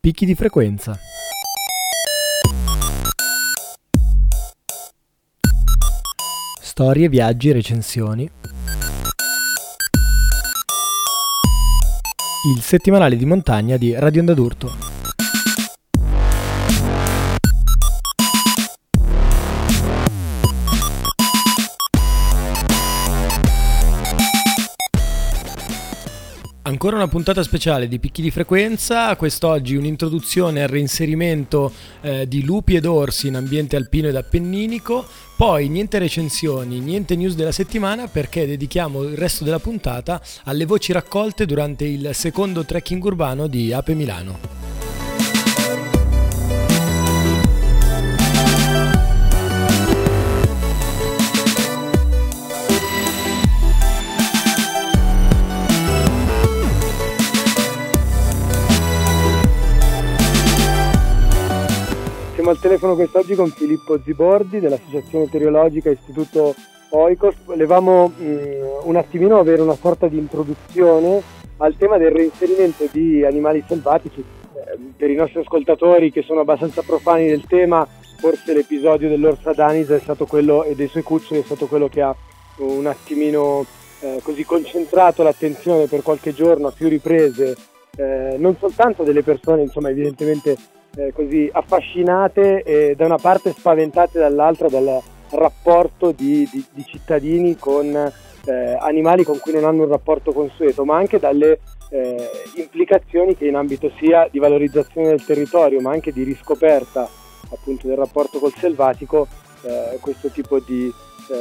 Picchi di frequenza. Storie, viaggi, recensioni. Il settimanale di montagna di Radio Onda d'Urto. Ancora una puntata speciale di Picchi di frequenza, quest'oggi un'introduzione al reinserimento di lupi ed orsi in ambiente alpino ed appenninico, poi niente recensioni, niente news della settimana perché dedichiamo il resto della puntata alle voci raccolte durante il secondo trekking urbano di Ape Milano. Siamo al telefono quest'oggi con Filippo Zibordi dell'Associazione Meteorologica Istituto Oikos. Volevamo un attimino avere una sorta di introduzione al tema del reinserimento di animali selvatici. Per i nostri ascoltatori che sono abbastanza profani del tema, forse l'episodio dell'orsa danisa è stato quello, e dei suoi cuccioli è stato quello che ha un attimino così concentrato l'attenzione per qualche giorno a più riprese, non soltanto delle persone, insomma, evidentemente così affascinate e da una parte spaventate dall'altra dal rapporto di cittadini con animali con cui non hanno un rapporto consueto, ma anche dalle implicazioni che in ambito sia di valorizzazione del territorio ma anche di riscoperta appunto del rapporto col selvatico questo tipo di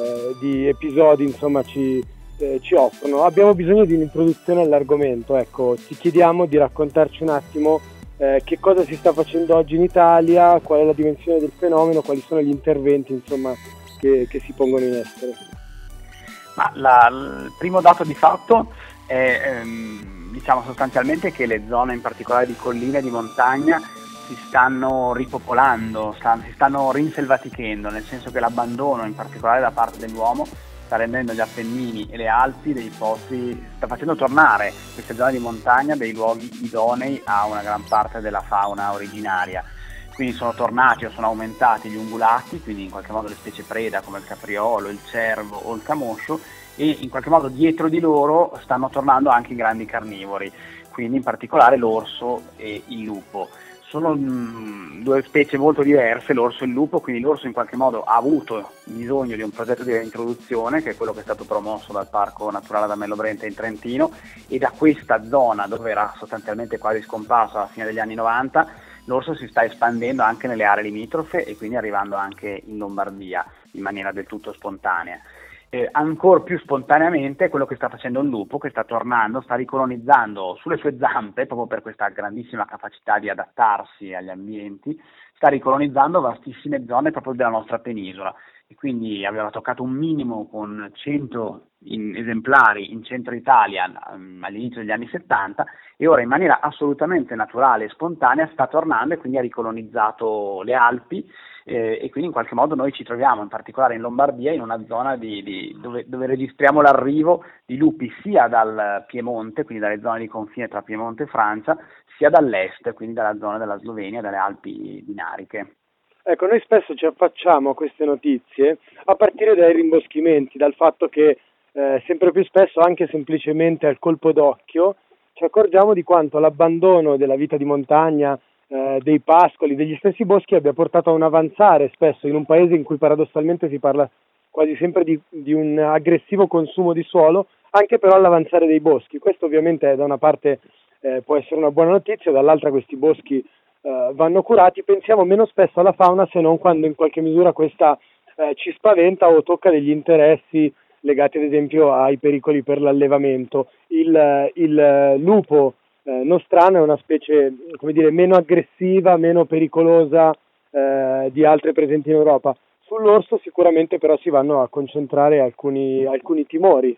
episodi insomma ci offrono. Abbiamo bisogno di un'introduzione all'argomento, ecco, ti chiediamo di raccontarci un attimo che cosa si sta facendo oggi in Italia, qual è la dimensione del fenomeno, quali sono gli interventi insomma che si pongono in essere. Ma il primo dato di fatto è diciamo sostanzialmente che le zone in particolare di collina e di montagna si stanno ripopolando, si stanno rinselvatichendo, nel senso che l'abbandono in particolare da parte dell'uomo sta rendendo gli Appennini e le Alpi dei posti, sta facendo tornare queste zone di montagna dei luoghi idonei a una gran parte della fauna originaria. Quindi sono tornati o sono aumentati gli ungulati, quindi in qualche modo le specie preda come il capriolo, il cervo o il camoscio, e in qualche modo dietro di loro stanno tornando anche i grandi carnivori, quindi in particolare l'orso e il lupo. Sono due specie molto diverse, l'orso e il lupo, quindi l'orso in qualche modo ha avuto bisogno di un progetto di reintroduzione, che è quello che è stato promosso dal Parco Naturale Adamello Brenta in Trentino, e da questa zona, dove era sostanzialmente quasi scomparso alla fine degli anni 90, l'orso si sta espandendo anche nelle aree limitrofe e quindi arrivando anche in Lombardia in maniera del tutto spontanea. Ancora più spontaneamente quello che sta facendo il lupo, che sta tornando, sta ricolonizzando sulle sue zampe, proprio per questa grandissima capacità di adattarsi agli ambienti, sta ricolonizzando vastissime zone proprio della nostra penisola, e quindi aveva toccato un minimo con 100 esemplari in centro Italia all'inizio degli anni 70, e ora in maniera assolutamente naturale e spontanea sta tornando, e quindi ha ricolonizzato le Alpi. E quindi in qualche modo noi ci troviamo in particolare in Lombardia in una zona dove registriamo l'arrivo di lupi sia dal Piemonte, quindi dalle zone di confine tra Piemonte e Francia, sia dall'est, quindi dalla zona della Slovenia, dalle Alpi Dinariche. Ecco, noi spesso ci affacciamo a queste notizie a partire dai rimboschimenti, dal fatto che sempre più spesso, anche semplicemente al colpo d'occhio, ci accorgiamo di quanto l'abbandono della vita di montagna, dei pascoli, degli stessi boschi abbia portato a un avanzare spesso in un paese in cui paradossalmente si parla quasi sempre di un aggressivo consumo di suolo, anche però all'avanzare dei boschi. Questo ovviamente da una parte può essere una buona notizia, dall'altra questi boschi vanno curati. Pensiamo meno spesso alla fauna se non quando in qualche misura questa ci spaventa o tocca degli interessi legati ad esempio ai pericoli per l'allevamento. Il lupo nostrano è una specie, come dire, meno aggressiva, meno pericolosa di altre presenti in Europa. Sull'orso sicuramente però si vanno a concentrare alcuni timori.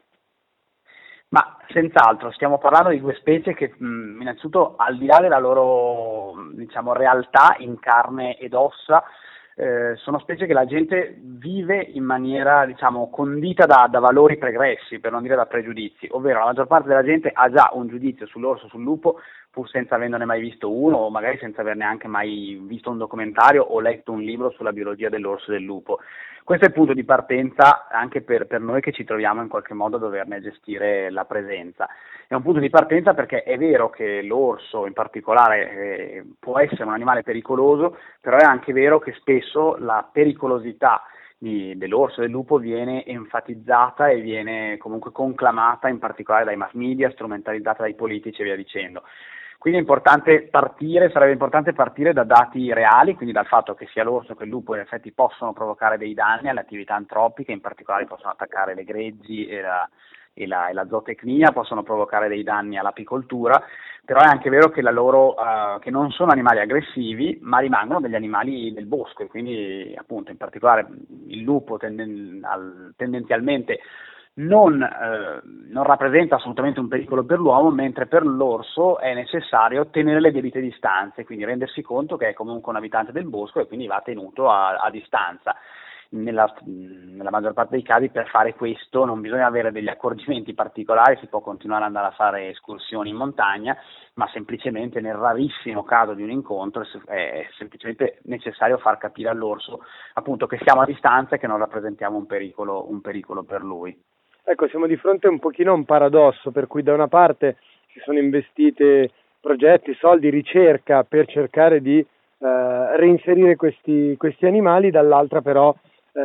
Ma senz'altro stiamo parlando di due specie che innanzitutto, al di là della loro diciamo realtà in carne ed ossa, sono specie che la gente vive in maniera, diciamo, condita da valori pregressi, per non dire da pregiudizi, ovvero la maggior parte della gente ha già un giudizio sull'orso, sul lupo, pur senza averne mai visto uno, o magari senza averne anche mai visto un documentario o letto un libro sulla biologia dell'orso e del lupo. Questo è il punto di partenza anche per noi che ci troviamo in qualche modo a doverne gestire la presenza. È un punto di partenza perché è vero che l'orso in particolare può essere un animale pericoloso, però è anche vero che spesso la pericolosità dell'orso e del lupo viene enfatizzata e viene comunque conclamata in particolare dai mass media, strumentalizzata dai politici e via dicendo. Quindi sarebbe importante partire da dati reali, quindi dal fatto che sia l'orso che il lupo in effetti possono provocare dei danni alle attività antropiche, in particolare possono attaccare le greggi e la zootecnia, possono provocare dei danni all'apicoltura, però è anche vero che che non sono animali aggressivi, ma rimangono degli animali del bosco, e quindi appunto in particolare il lupo tendenzialmente non rappresenta assolutamente un pericolo per l'uomo, mentre per l'orso è necessario tenere le debite distanze, quindi rendersi conto che è comunque un abitante del bosco e quindi va tenuto a distanza. Nella maggior parte dei casi per fare questo non bisogna avere degli accorgimenti particolari, si può continuare ad andare a fare escursioni in montagna, ma semplicemente nel rarissimo caso di un incontro è semplicemente necessario far capire all'orso appunto che siamo a distanza e che non rappresentiamo un pericolo per lui. Ecco, siamo di fronte un pochino a un paradosso, per cui da una parte si sono investite progetti, soldi, ricerca per cercare di reinserire questi animali, dall'altra però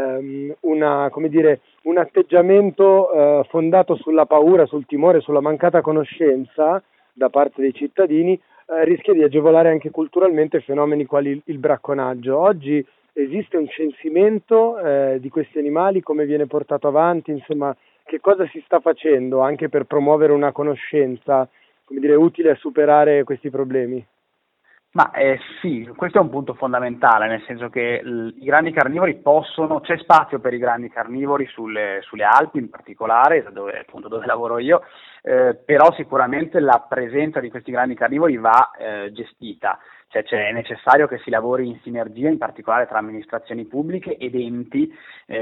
un atteggiamento fondato sulla paura, sul timore, sulla mancata conoscenza da parte dei cittadini rischia di agevolare anche culturalmente fenomeni quali il bracconaggio. Oggi esiste un censimento di questi animali, come viene portato avanti, insomma, che cosa si sta facendo anche per promuovere una conoscenza, come dire, utile a superare questi problemi? Ma sì, questo è un punto fondamentale, nel senso che i grandi carnivori c'è spazio per i grandi carnivori sulle Alpi in particolare, dove lavoro io, però sicuramente la presenza di questi grandi carnivori va gestita, cioè è necessario che si lavori in sinergia, in particolare tra amministrazioni pubbliche ed enti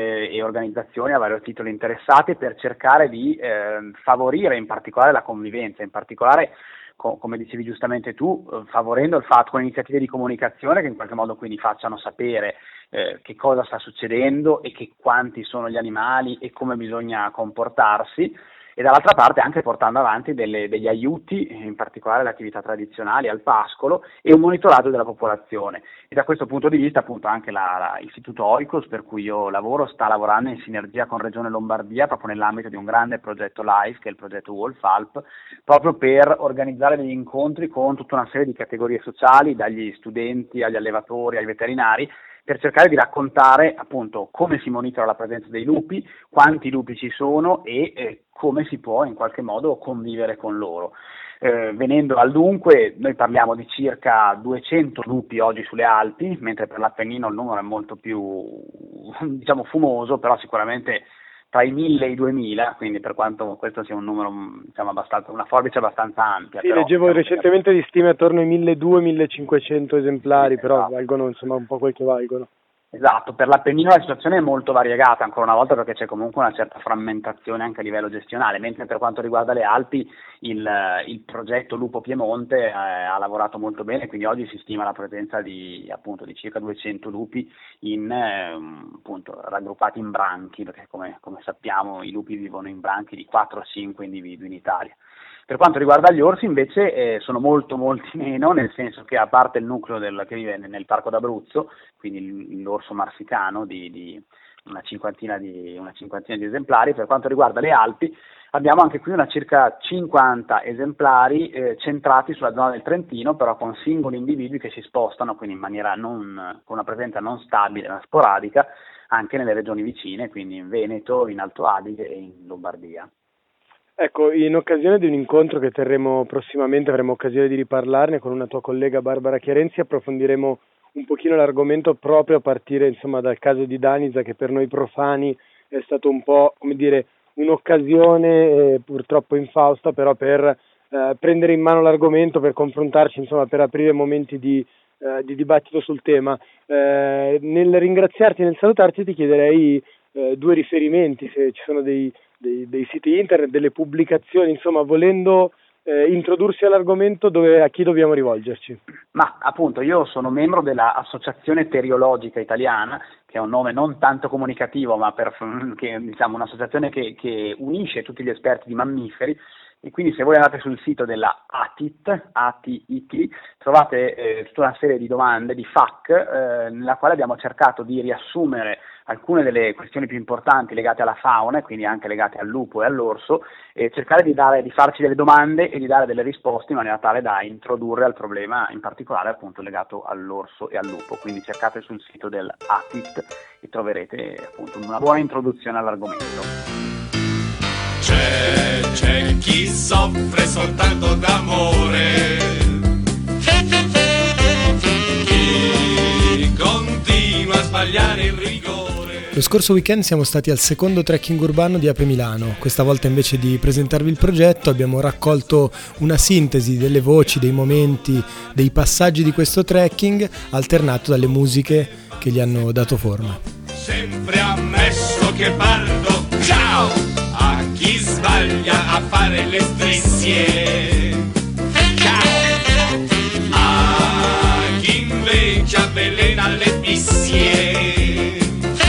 e organizzazioni a vario titolo interessate per cercare di favorire in particolare la convivenza, in particolare come dicevi giustamente tu, favorendo il fatto con iniziative di comunicazione che in qualche modo quindi facciano sapere che cosa sta succedendo e quanti sono gli animali e come bisogna comportarsi, e dall'altra parte anche portando avanti degli aiuti, in particolare le attività tradizionali al pascolo e un monitoraggio della popolazione. E da questo punto di vista appunto anche l'Istituto Oikos, per cui io lavoro, sta lavorando in sinergia con Regione Lombardia proprio nell'ambito di un grande progetto LIFE, che è il progetto Wolf Alp, proprio per organizzare degli incontri con tutta una serie di categorie sociali, dagli studenti agli allevatori ai veterinari, per cercare di raccontare appunto come si monitora la presenza dei lupi, quanti lupi ci sono e come si può in qualche modo convivere con loro. Venendo al dunque, noi parliamo di circa 200 lupi oggi sulle Alpi, mentre per l'Appennino il numero è molto più, diciamo, fumoso, però sicuramente tra i 1000 e i 2000, quindi per quanto questo sia un numero, diciamo, una forbice abbastanza ampia. Sì, però, leggevo recentemente di stime attorno ai 1200-1500 esemplari, sì, però esatto. Valgono insomma un po' quel che valgono. Esatto, per l'Appennino la situazione è molto variegata ancora una volta perché c'è comunque una certa frammentazione anche a livello gestionale, mentre per quanto riguarda le Alpi il progetto Lupo Piemonte ha lavorato molto bene, quindi oggi si stima la presenza di circa 200 lupi appunto raggruppati in branchi, perché come sappiamo i lupi vivono in branchi di 4-5 individui in Italia. Per quanto riguarda gli orsi invece sono molti meno, nel senso che a parte il nucleo che vive nel Parco d'Abruzzo, quindi l'orso marsicano di una cinquantina di esemplari, per quanto riguarda le Alpi abbiamo anche qui circa 50 esemplari centrati sulla zona del Trentino, però con singoli individui che si spostano, quindi in maniera con una presenza non stabile ma sporadica, anche nelle regioni vicine, quindi in Veneto, in Alto Adige e in Lombardia. Ecco, in occasione di un incontro che terremo prossimamente, avremo occasione di riparlarne con una tua collega Barbara Chiarenzi, approfondiremo un pochino l'argomento proprio a partire insomma dal caso di Danisa, che per noi profani è stato un po', come dire, un'occasione purtroppo infausta, però per prendere in mano l'argomento, per confrontarci, insomma, per aprire momenti di di dibattito sul tema. Nel ringraziarti e nel salutarti ti chiederei 2 riferimenti, se ci sono dei siti internet, delle pubblicazioni, insomma, volendo introdursi all'argomento, a chi dobbiamo rivolgerci? Ma appunto io sono membro dell'Associazione Teriologica Italiana, che è un nome non tanto comunicativo, ma diciamo un'associazione che unisce tutti gli esperti di mammiferi, e quindi se voi andate sul sito della ATIT, trovate tutta una serie di domande, di FAQ, nella quale abbiamo cercato di riassumere alcune delle questioni più importanti legate alla fauna, e quindi anche legate al lupo e all'orso, e cercare di farci delle domande e di dare delle risposte in maniera tale da introdurre al problema, in particolare appunto legato all'orso e al lupo. Quindi cercate sul sito dell'ATIT e troverete appunto una buona introduzione all'argomento. C'è chi soffre soltanto d'amore, chi continua a sbagliare il rigore. Lo scorso weekend siamo stati al secondo trekking urbano di Ape Milano. Questa volta, invece di presentarvi il progetto, abbiamo raccolto una sintesi delle voci, dei momenti, dei passaggi di questo trekking, alternato dalle musiche che gli hanno dato forma. Sempre ammesso che parlo, ciao! A chi sbaglia a fare le strisce, ciao! A chi invece avvelena le bissie.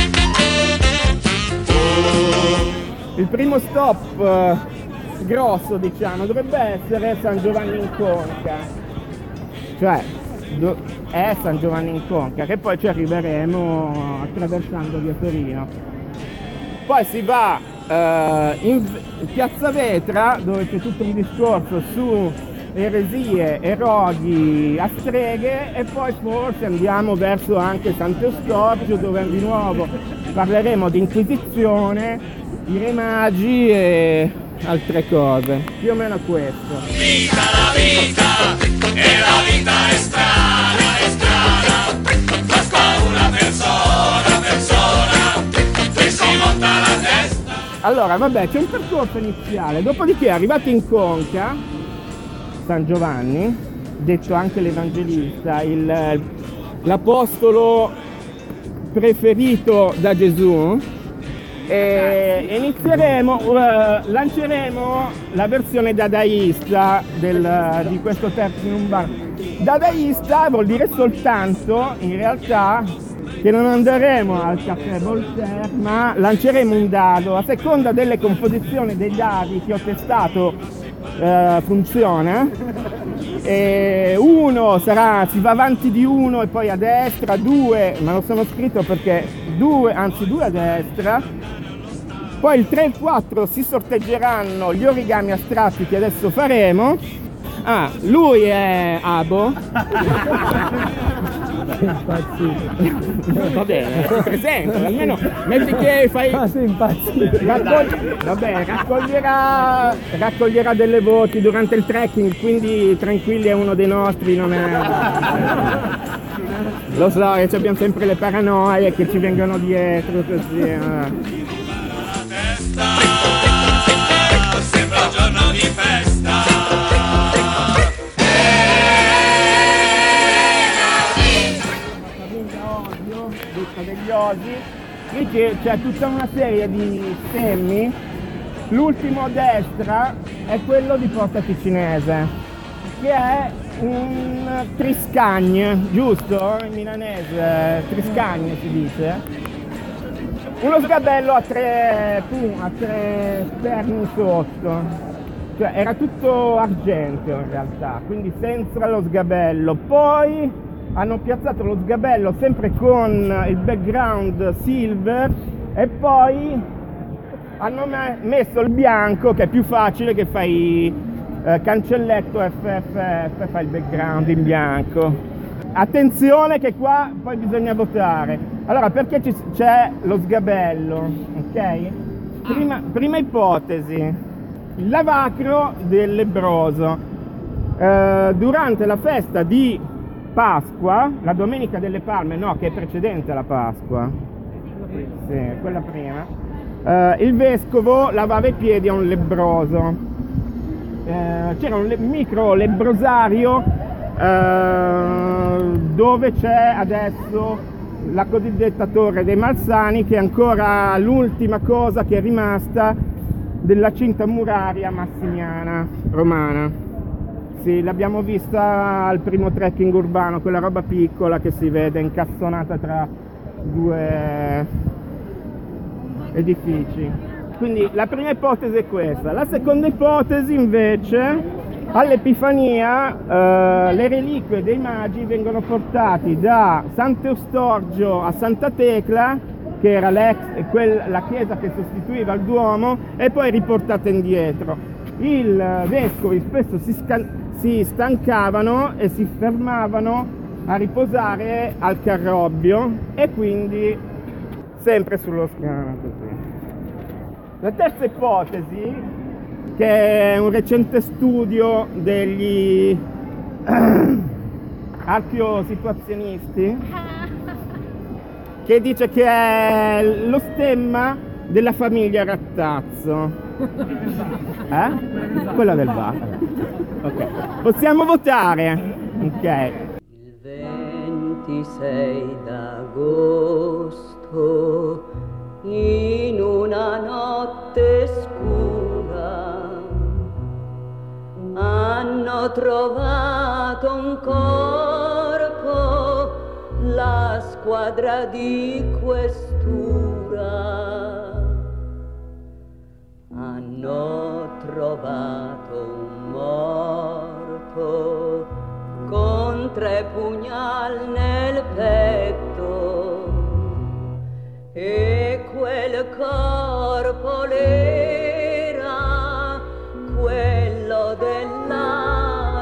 Il primo stop grosso, diciamo, dovrebbe essere San Giovanni in Conca, cioè è San Giovanni in Conca, che poi ci arriveremo attraversando via Torino. Poi si va in Piazza Vetra, dove c'è tutto un discorso su eresie e roghi a streghe, e poi forse andiamo verso anche Sant'Eustorgio, dove di nuovo parleremo di Inquisizione, i Re Magi e altre cose, più o meno questo. Vita la vita, e la vita è strana, fa spaura persona, che si monta la testa. Allora, vabbè, c'è un percorso iniziale, dopodiché arrivati in Conca, San Giovanni, detto anche l'Evangelista, l'apostolo preferito da Gesù, e lanceremo la versione dadaista di questo trekking urbano. Dadaista vuol dire soltanto, in realtà, che non andremo al caffè Voltaire, ma lanceremo un dado. A seconda delle composizioni dei dadi che ho testato funziona. Uno si va avanti di uno e poi a destra, 2, ma lo sono scritto perché 2 a destra. Poi il 3 e il 4 si sorteggeranno gli origami astratti che adesso faremo. Lui è Abo. Va bene, ti presento, almeno metti che fai. Sei impazzito. Raccoglierà delle voti durante il trekking, quindi tranquilli, è uno dei nostri, non è. Lo so, che abbiamo sempre le paranoie che ci vengono dietro così. Sembra un giorno di festa. Degli osi, qui c'è tutta una serie di stemmi. L'ultimo a destra è quello di Porta Ticinese, che è un triscagne, giusto? In milanese triscagne si dice. Uno sgabello a tre perni sotto, cioè era tutto argenteo in realtà, quindi senza lo sgabello. Poi hanno piazzato lo sgabello sempre con il background silver, e poi hanno messo il bianco, che è più facile, che fai cancelletto FFF, fa il background in bianco. Attenzione che qua poi bisogna votare. Allora, perché c'è lo sgabello? Ok? Prima ipotesi, il lavacro del lebbroso. Durante la festa di Pasqua, la Domenica delle Palme, che è precedente alla Pasqua, sì, quella prima, il vescovo lavava i piedi a un lebbroso. C'era un micro lebbrosario dove c'è adesso la cosiddetta Torre dei Malsani, che è ancora l'ultima cosa che è rimasta della cinta muraria massimiana romana. Sì, l'abbiamo vista al primo trekking urbano, quella roba piccola che si vede incastonata tra due edifici. Quindi la prima ipotesi è questa. La seconda ipotesi invece, all'Epifania le reliquie dei magi vengono portati da Sant'Eustorgio a Santa Tecla, che era la chiesa che sostituiva il Duomo, e poi riportate indietro. I vescovi spesso si stancavano e si fermavano a riposare al Carrobbio, e quindi sempre sullo scalo così. La terza ipotesi, che è un recente studio degli archeosituazionisti, che dice che è lo stemma della famiglia Rattazzo. Quella del bar. Ok, possiamo votare. Ok. Il 26 d'agosto, in una notte scura, hanno trovato un corpo, la squadra di questura. Hanno trovato un morto con 3 pugnali nel petto, e quel corpo l'era quello della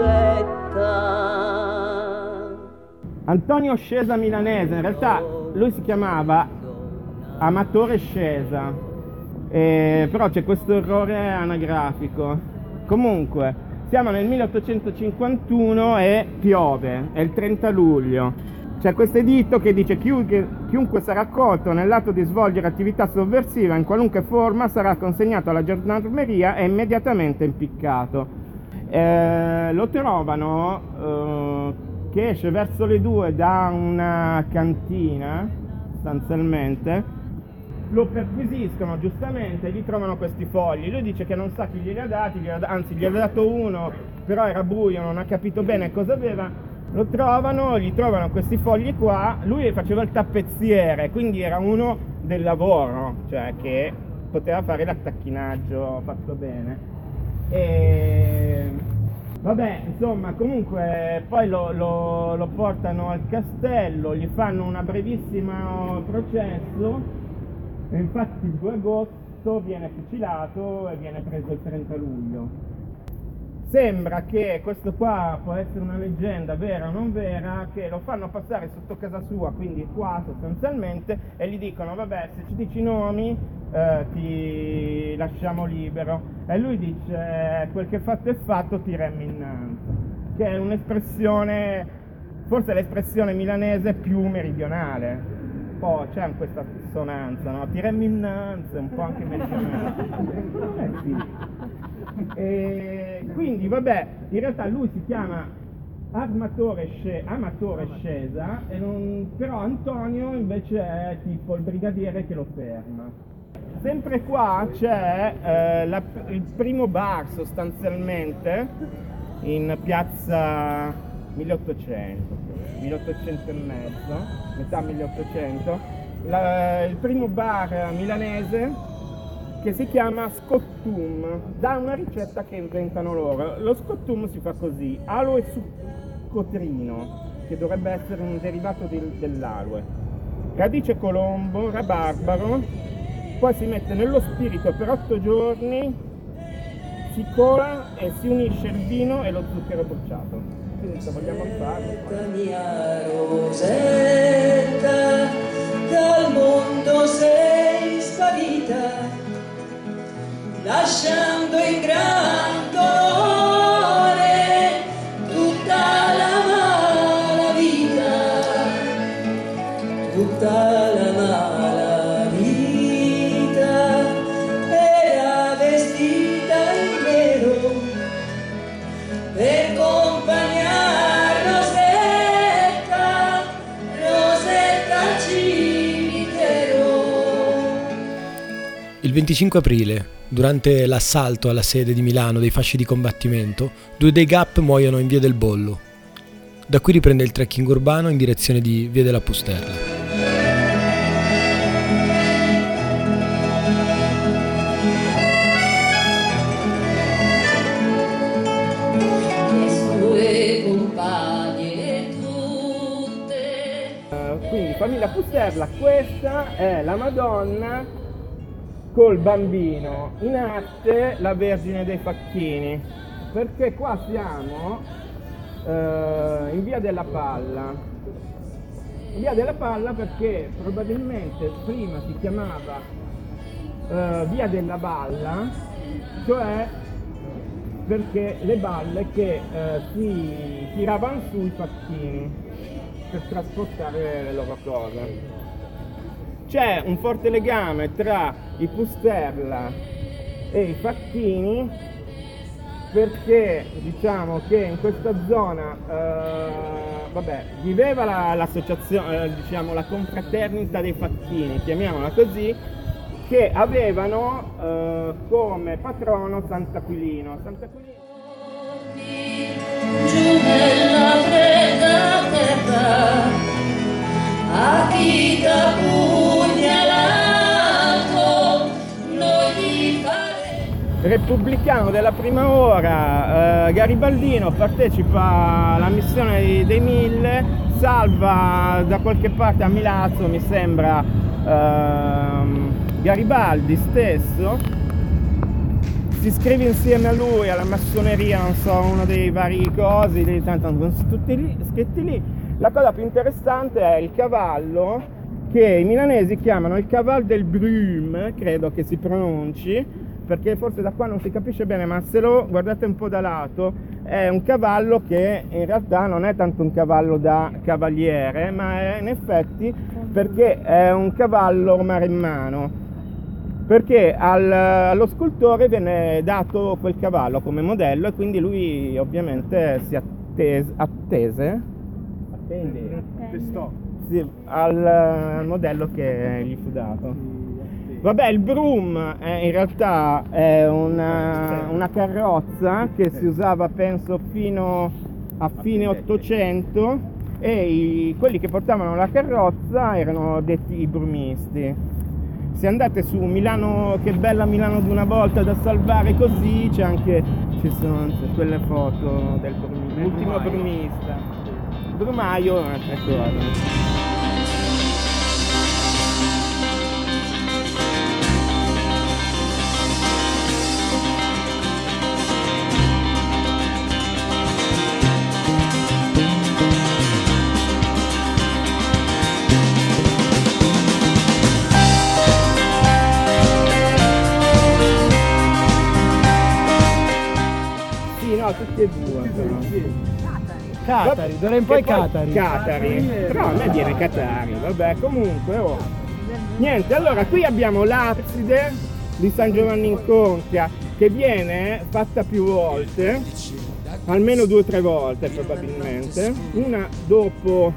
Rosetta. Antonio Scesa Milanese, in realtà lui si chiamava Amatore Scesa, però c'è questo errore anagrafico. Comunque siamo nel 1851 e piove, è il 30 luglio. C'è questo editto che dice: chiunque sarà colto nell'atto di svolgere attività sovversiva in qualunque forma sarà consegnato alla gendarmeria e immediatamente impiccato. Lo trovano che esce verso le 2 da una cantina, sostanzialmente. Lo perquisiscono giustamente e gli trovano questi fogli. Lui dice che non sa chi glieli ha dati, anzi gli aveva dato uno, però era buio, non ha capito bene cosa aveva. Lo trovano, gli trovano questi fogli qua. Lui faceva il tappezziere, quindi era uno del lavoro, cioè che poteva fare l'attacchinaggio fatto bene. E vabbè, insomma, comunque poi lo portano al castello, gli fanno un brevissimo processo, e infatti il 2 agosto viene fucilato e viene preso il 30 luglio. Sembra che questo qua può essere una leggenda vera o non vera, che lo fanno passare sotto casa sua, quindi qua sostanzialmente, e gli dicono: vabbè, se ci dici i nomi ti lasciamo libero. E lui dice: quel che fatto è fatto, ti remmi innanzi, che è un'espressione, forse l'espressione milanese più meridionale. Poi c'è questa assonanza, no? Ti remmi innanzi, un po' anche meridionale. Sì. E quindi vabbè, in realtà lui si chiama Amatore Scesa, però Antonio invece è tipo il brigadiere che lo ferma. Sempre qua c'è il primo bar sostanzialmente in piazza 1800 e mezzo, metà 1800, il primo bar milanese, che si chiama Scottum, da una ricetta che inventano loro. Lo Scottum si fa così: aloe succotrino, che dovrebbe essere un derivato dell'aloe, radice colombo, rabarbaro, poi si mette nello spirito per 8 giorni, si cola e si unisce il vino e lo zucchero bruciato. Quindi se vogliamo rifarlo, Mia Rosetta, dal mondo sei sparita, lasciando in gran dolore tutta la mala vita, tutta la mala vita. Era vestita in nero per accompagnare Il 25 aprile, durante l'assalto alla sede di Milano dei fasci di combattimento, 2 dei GAP muoiono in via del Bollo. Da qui riprende il trekking urbano in direzione di via della Pusterla. Quindi famiglia Pusterla, questa è la Madonna col bambino, in arte la Vergine dei Facchini, perché qua siamo in via della Palla. Via della Palla perché probabilmente prima si chiamava via della Balla, cioè perché le balle che si tiravano su i facchini per trasportare le loro cose. C'è un forte legame tra i Pusterla e i Facchini perché diciamo che in questa zona viveva l'associazione, diciamo la confraternita dei Facchini, chiamiamola così, che avevano come patrono Sant'Aquilino. Giù nella fredda terra, a chi t'ha pugnalato, noi ti faremo. Repubblicano della prima ora, garibaldino, partecipa alla missione dei 1000, salva da qualche parte a Milazzo, mi sembra, Garibaldi stesso. Si iscrive insieme a lui alla massoneria, non so, uno dei vari cosi, tutti lì, scritti lì. La cosa più interessante è il cavallo, che i milanesi chiamano il caval del Brüm, credo che si pronunci, perché forse da qua non si capisce bene, ma se lo guardate un po' da lato, è un cavallo che in realtà non è tanto un cavallo da cavaliere, ma è in effetti perché è un cavallo maremmano. Perché allo scultore viene dato quel cavallo come modello e quindi lui ovviamente si attese sì, al modello che gli fu dato. Vabbè, il Brum in realtà è una carrozza che si usava penso fino a fine 800 e quelli che portavano la carrozza erano detti i brumisti. Se andate su Milano, che bella Milano d'una volta da salvare così, ci sono quelle foto del l'ultimo brumista. Brumaio è un'altra cosa. Tutti e due però. Catari, d'ora in poi Catari. Però a me viene Catari, vabbè, comunque niente, allora qui abbiamo l'abside di San Giovanni in Conchia che viene fatta più volte, almeno 2 o 3 volte probabilmente, una dopo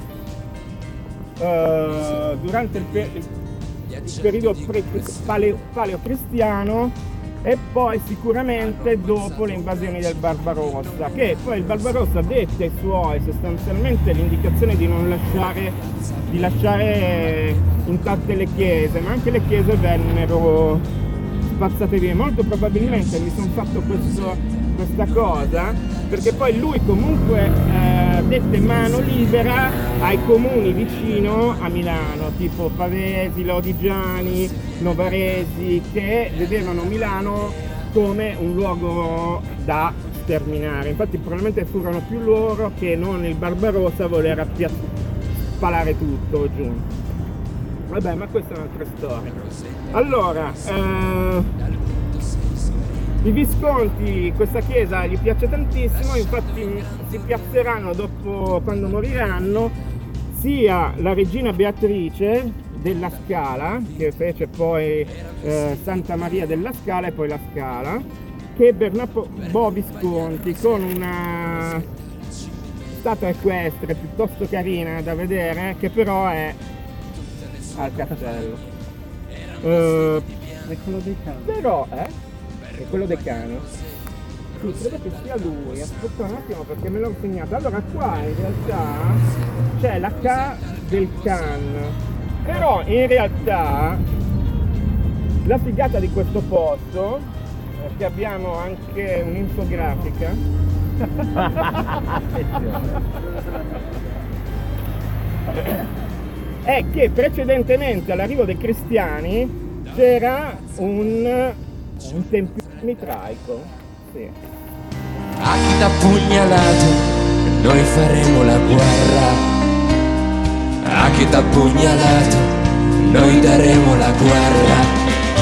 durante il periodo paleocristiano e poi sicuramente dopo le invasioni del Barbarossa, che poi il Barbarossa dette ai suoi sostanzialmente l'indicazione di non lasciare intatte le chiese, ma anche le chiese vennero spazzate via. Molto probabilmente mi sono fatto questa cosa perché poi lui comunque dette mano libera ai comuni vicino a Milano, tipo Pavesi, Lodigiani, Novaresi, che vedevano Milano come un luogo da sterminare. Infatti probabilmente furono più loro che non il Barbarossa a voler spalare tutto giù. Vabbè, ma questa è un'altra storia. Allora, i Visconti questa chiesa gli piace tantissimo, infatti si piazzeranno dopo, quando moriranno, sia la regina Beatrice della Scala, che fece poi Santa Maria della Scala e poi la Scala, che Bernabò Visconti, con una statua equestre piuttosto carina da vedere, che però è al castello. È quello dei cani. Però, è quello decano. Sì, credo che sia lui. Aspetta un attimo perché me l'ho segnato. Allora qua in realtà c'è la K del can. Però in realtà la figata di questo posto, che abbiamo anche un'infografica. È che precedentemente all'arrivo dei cristiani c'era un tempio mitraico. Sì. A chi t'ha pugnalato noi faremo la guerra. A chi t'ha pugnalato noi daremo la guerra.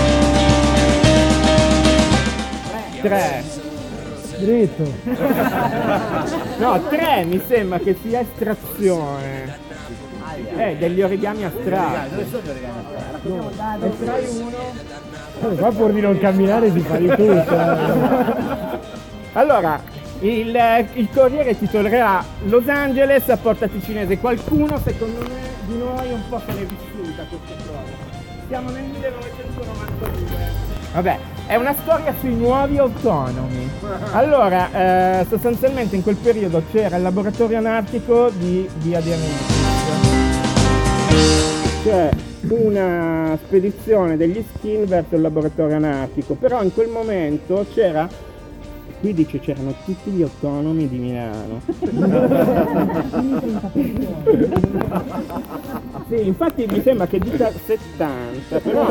3. Dritto. No, 3 mi sembra che sia estrazione. Degli origami astratti. Dove sono gli origami astratti? Estrai uno. Qua pur di non camminare si fa di tutto. Allora, il Corriere titolerà Los Angeles a Porta Ticinese. Qualcuno, secondo me, di noi un po' se l'è vissuta questa storia. Siamo nel 1992. Vabbè, è una storia sui nuovi autonomi. Allora, sostanzialmente in quel periodo c'era il laboratorio anarchico di Via di Amicis. Cioè una spedizione degli skin verso il laboratorio anarchico, però in quel momento c'era, qui dice c'erano tutti gli autonomi di Milano. Sì, infatti mi sembra che dica 70, però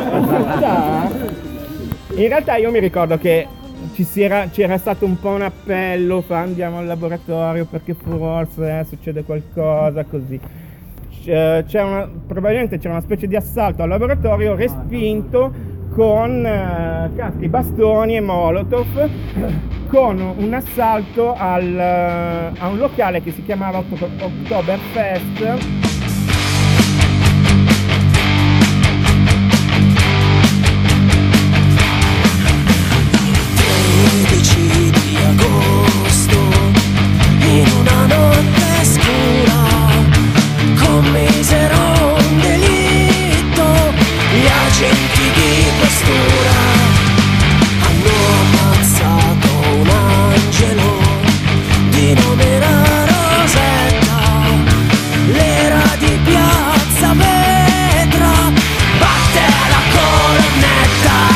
in realtà io mi ricordo che c'era stato un po' un appello, andiamo al laboratorio perché forse succede qualcosa così. Probabilmente c'era una specie di assalto al laboratorio respinto con caschi, bastoni e molotov, con un assalto a un locale che si chiamava Oktoberfest. 13 di agosto, in una notte scura, commisero un delitto, gli agenti di questura hanno ammazzato un angelo di nome Rosetta, l'era di Piazza Vetra, batte la cornetta.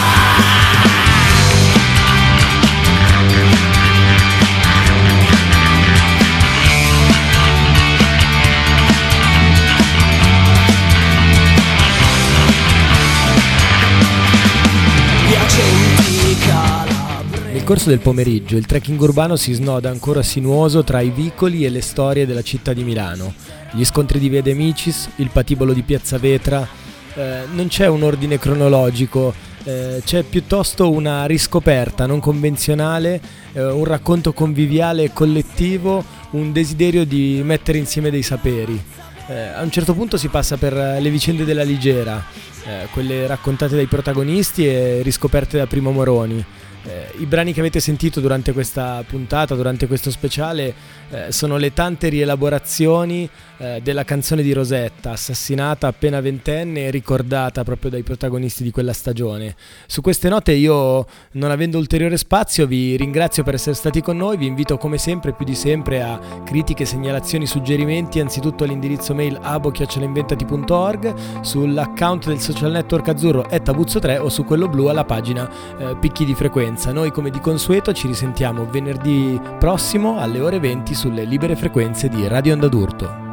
Nel corso del pomeriggio il trekking urbano si snoda ancora sinuoso tra i vicoli e le storie della città di Milano. Gli scontri di Via de Amicis, il patibolo di Piazza Vetra, non c'è un ordine cronologico, c'è piuttosto una riscoperta non convenzionale, un racconto conviviale e collettivo, un desiderio di mettere insieme dei saperi. A un certo punto si passa per le vicende della Ligera, quelle raccontate dai protagonisti e riscoperte da Primo Moroni. I brani che avete sentito durante questa puntata, durante questo speciale, sono le tante rielaborazioni della canzone di Rosetta, assassinata appena ventenne e ricordata proprio dai protagonisti di quella stagione. Su queste note io, non avendo ulteriore spazio, vi ringrazio per essere stati con noi. Vi invito come sempre, più di sempre, a critiche, segnalazioni, suggerimenti anzitutto all'indirizzo mail abo@inventati.org, sull'account del social network azzurro @tabuzzo3 o su quello blu alla pagina Picchi di Frequenza. Noi, come di consueto, ci risentiamo venerdì prossimo alle ore 20 sulle libere frequenze di Radio Onda d'Urto.